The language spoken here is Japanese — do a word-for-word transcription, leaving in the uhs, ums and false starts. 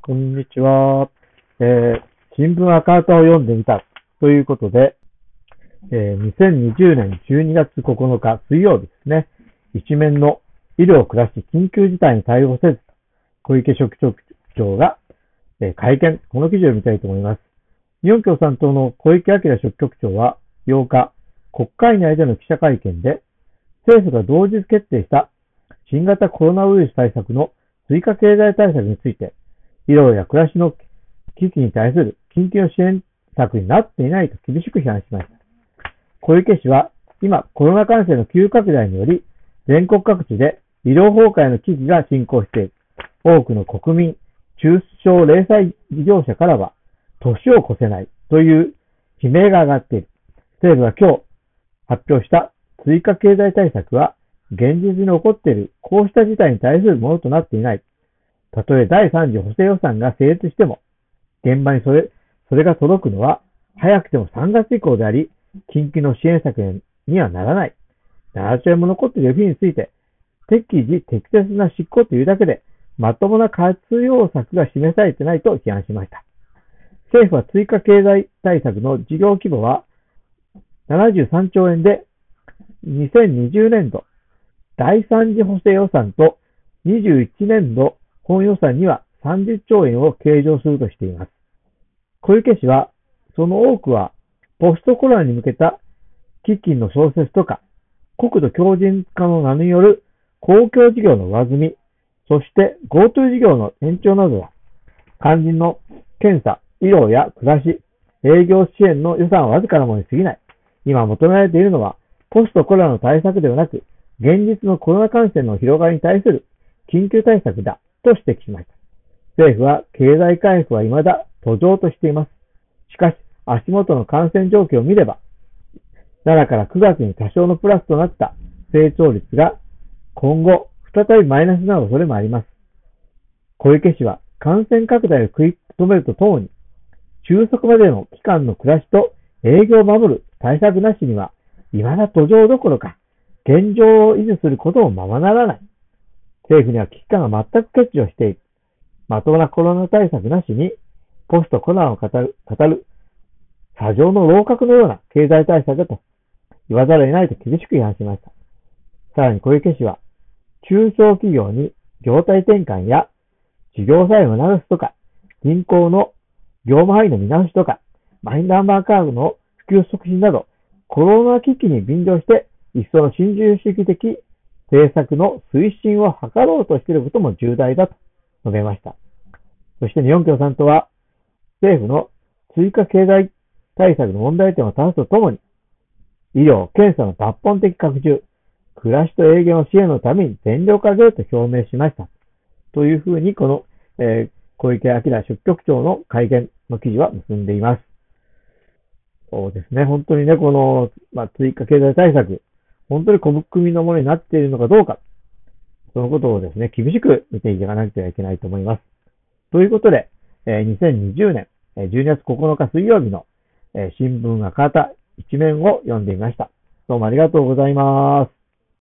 こんにちは。えー、新聞赤旗を読んでみたということで、えー、にせんにじゅうねんじゅうにがつここのか水曜日ですね。一面の医療暮らし緊急事態に対応せず、小池書記長が、えー、会見、この記事を見たいと思います。日本共産党の小池晃書記局長はようか、国会内での記者会見で、政府が同日決定した新型コロナウイルス対策の追加経済対策について、医療や暮らしの危機に対する緊急支援策になっていないと厳しく批判しました。小池氏は、今、コロナ感染の急拡大により、全国各地で医療崩壊の危機が進行している。多くの国民、中小零細事業者からは、年を越せないという悲鳴が上がっている。政府は今日発表した追加経済対策は、現実に起こっているこうした事態に対するものとなっていない。たとえだいさん次補正予算が成立しても、現場にそれ、それが届くのは早くてもさんがつ以降であり、緊急の支援策にはならない。ななちょうえんも残っている予備について、適時適切な執行というだけで、まともな活用策が示されていないと批判しました。政府は追加経済対策の事業規模はななじゅうさんちょうえんで、にせんにじゅうねんどだいさん次補正予算とにじゅういちねんど本予算にはさんじゅっちょうえんを計上するとしています。小池氏は、その多くはポストコロナに向けた基金の創設とか、国土強靭化の名による公共事業の上積み、そして GoTo 事業の延長などは、肝心の検査、医療や暮らし、営業支援の予算はわずかなものに過ぎない。今求められているのは、ポストコロナの対策ではなく、現実のコロナ感染の広がりに対する緊急対策だと指摘しました。政府は経済回復は未だ途上としています。しかし、足元の感染状況を見れば、しちからくがつに多少のプラスとなった成長率が今後再びマイナスになる恐れもあります。小池氏は感染拡大を食い止めるとともに、収束までの期間の暮らしと営業を守る対策なしには、未だ途上どころか、現状を維持することもままならない。政府には危機感が全く欠如している。まともなコロナ対策なしに、ポストコロナを語る、語る、砂上の楼閣のような経済対策だと言わざるを得ないと厳しく批判しました。さらに小池氏は、中小企業に業態転換や事業再生を促すとか、銀行の業務範囲の見直しとか、マイナンバーカードの普及促進など、コロナ危機に便乗して一層の新自由主義的政策の推進を図ろうとしていることも重大だと述べました。そして日本共産党は、政府の追加経済対策の問題点を正すとともに、医療、検査の抜本的拡充、暮らしと営業の支援のために全力を挙げると表明しました。というふうに、この、えー、小池晃書記局長の会見の記事は結んでいます。そうですね、本当にね、この、まあ、追加経済対策、本当に国民のものになっているのかどうか、そのことをですね、厳しく見ていかなければいけないと思います。ということで、えー、にせんにじゅうねんじゅうにがつここのか水曜日の、えー、新聞赤旗一面を読んでみました。どうもありがとうございます。